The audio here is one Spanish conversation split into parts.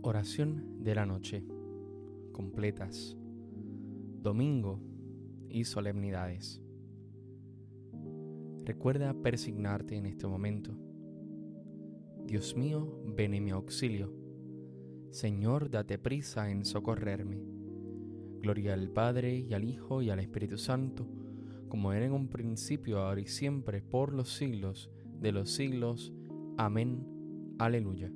Oración de la noche, completas, domingo y solemnidades. Recuerda persignarte en este momento. Dios mío, ven en mi auxilio. Señor, date prisa en socorrerme. Gloria al Padre, y al Hijo, y al Espíritu Santo, como era en un principio, ahora y siempre, por los siglos de los siglos. Amén. Aleluya.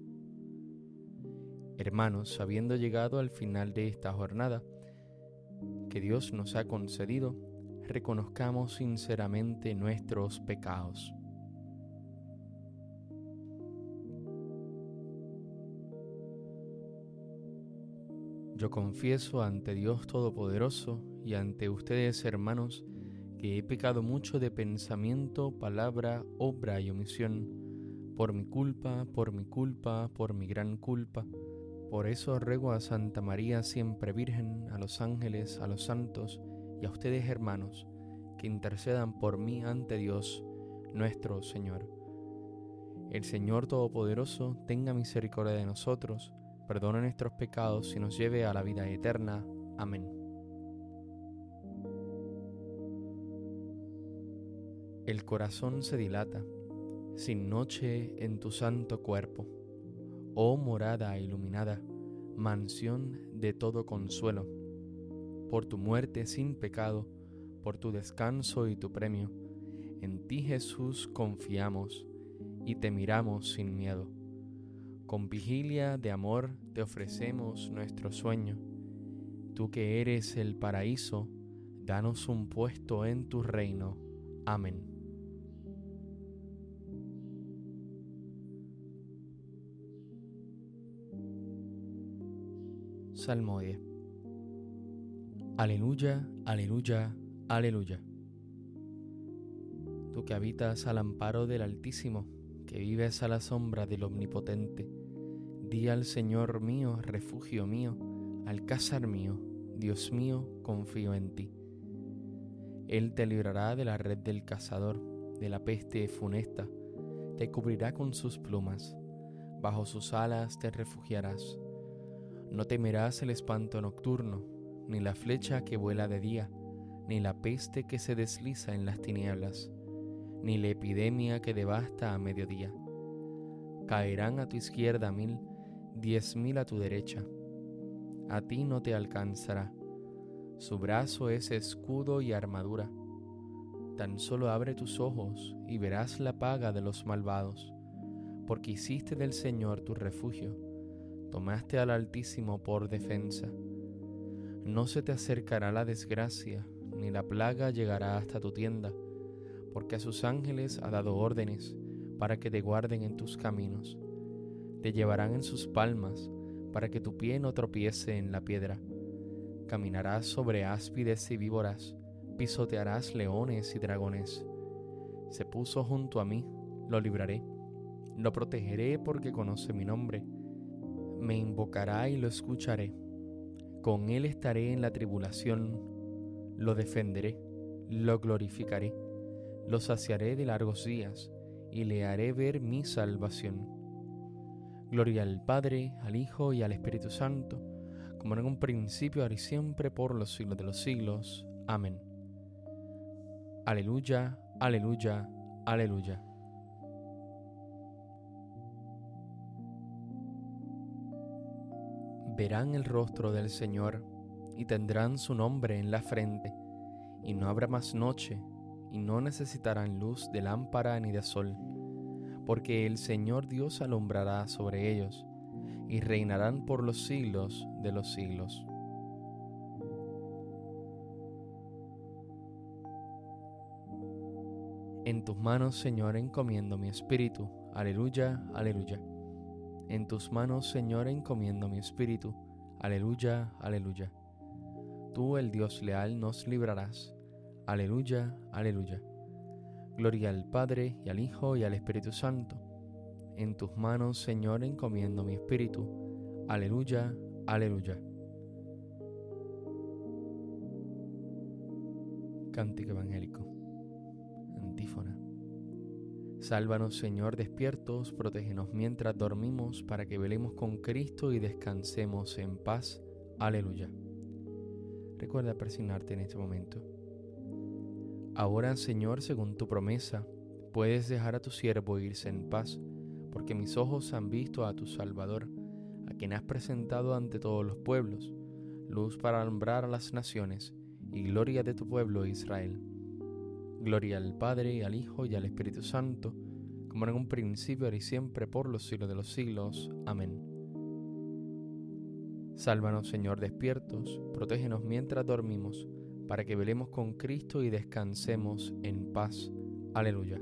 Hermanos, habiendo llegado al final de esta jornada que Dios nos ha concedido, reconozcamos sinceramente nuestros pecados. Yo confieso ante Dios Todopoderoso y ante ustedes, hermanos, que he pecado mucho de pensamiento, palabra, obra y omisión, por mi culpa, por mi gran culpa. Por eso ruego a Santa María siempre Virgen, a los ángeles, a los santos y a ustedes, hermanos, que intercedan por mí ante Dios nuestro Señor. El Señor Todopoderoso tenga misericordia de nosotros, perdone nuestros pecados y nos lleve a la vida eterna. Amén. El corazón se dilata, sin noche en tu santo cuerpo. Oh morada iluminada, mansión de todo consuelo, por tu muerte sin pecado, por tu descanso y tu premio, en ti Jesús confiamos y te miramos sin miedo. Con vigilia de amor te ofrecemos nuestro sueño. Tú que eres el paraíso, danos un puesto en tu reino. Amén. Salmo 10. Aleluya, aleluya, aleluya. Tú que habitas al amparo del Altísimo, que vives a la sombra del Omnipotente, di al Señor mío, refugio mío, alcázar mío, Dios mío, confío en ti. Él te librará de la red del cazador, de la peste funesta, te cubrirá con sus plumas, bajo sus alas te refugiarás. No temerás el espanto nocturno, ni la flecha que vuela de día, ni la peste que se desliza en las tinieblas, ni la epidemia que devasta a mediodía. Caerán a tu izquierda 1000, 10,000 a tu derecha. A ti no te alcanzará. Su brazo es escudo y armadura. Tan solo abre tus ojos y verás la paga de los malvados, porque hiciste del Señor tu refugio. Tomaste al Altísimo por defensa. No se te acercará la desgracia, ni la plaga llegará hasta tu tienda, porque a sus ángeles ha dado órdenes para que te guarden en tus caminos. Te llevarán en sus palmas, para que tu pie no tropiece en la piedra. Caminarás sobre áspides y víboras, pisotearás leones y dragones. Se puso junto a mí, lo libraré, lo protegeré porque conoce mi nombre. Me invocará y lo escucharé. Con él estaré en la tribulación, lo defenderé, lo glorificaré, lo saciaré de largos días y le haré ver mi salvación. Gloria al Padre, al Hijo y al Espíritu Santo, como en un principio, ahora y siempre, por los siglos de los siglos. Amén. Aleluya, aleluya, aleluya. Verán el rostro del Señor y tendrán su nombre en la frente, y no habrá más noche, y no necesitarán luz de lámpara ni de sol, porque el Señor Dios alumbrará sobre ellos, y reinarán por los siglos de los siglos. En tus manos, Señor, encomiendo mi espíritu. Aleluya, aleluya. En tus manos, Señor, encomiendo mi espíritu. Aleluya, aleluya. Tú, el Dios leal, nos librarás. Aleluya, aleluya. Gloria al Padre, y al Hijo, y al Espíritu Santo. En tus manos, Señor, encomiendo mi espíritu. Aleluya, aleluya. Cántico evangélico. Antífona. Sálvanos, Señor, despiertos, protégenos mientras dormimos, para que velemos con Cristo y descansemos en paz. Aleluya. Recuerda persignarte en este momento. Ahora, Señor, según tu promesa, puedes dejar a tu siervo irse en paz, porque mis ojos han visto a tu Salvador, a quien has presentado ante todos los pueblos, luz para alumbrar a las naciones y gloria de tu pueblo Israel. Gloria al Padre, y al Hijo, y al Espíritu Santo, como en un principio, ahora y siempre, por los siglos de los siglos. Amén. Sálvanos, Señor, despiertos, protégenos mientras dormimos, para que velemos con Cristo y descansemos en paz. Aleluya.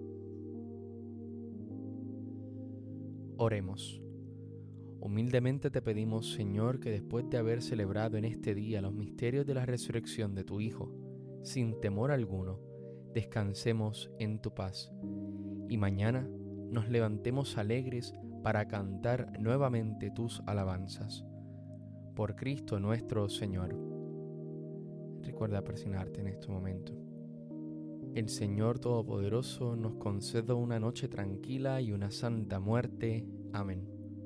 Oremos. Humildemente te pedimos, Señor, que después de haber celebrado en este día los misterios de la resurrección de tu Hijo, sin temor alguno, descansemos en tu paz, y mañana nos levantemos alegres para cantar nuevamente tus alabanzas. Por Cristo nuestro Señor. Recuerda persignarte en este momento. El Señor Todopoderoso nos conceda una noche tranquila y una santa muerte. Amén.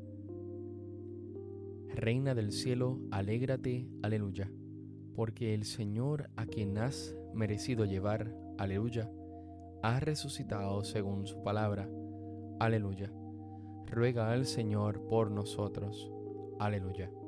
Reina del cielo, alégrate, aleluya, porque el Señor, a quien has merecido llevar, aleluya, ha resucitado según su palabra, aleluya. Ruega al Señor por nosotros, aleluya.